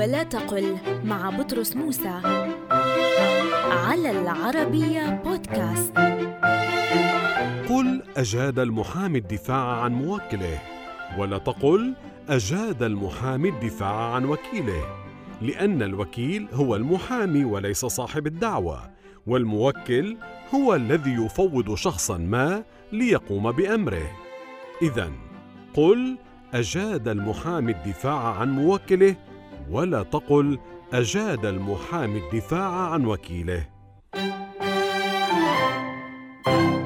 ولا تقل مع بطرس موسى على العربية بودكاست. قل أجاد المحامي الدفاع عن موكله، ولا تقل أجاد المحامي الدفاع عن وكيله، لأن الوكيل هو المحامي وليس صاحب الدعوة، والموكل هو الذي يفوض شخصاً ما ليقوم بأمره. إذن قل أجاد المحامي الدفاع عن موكله، ولا تقل أجاد المحامي الدفاع عن وكيله.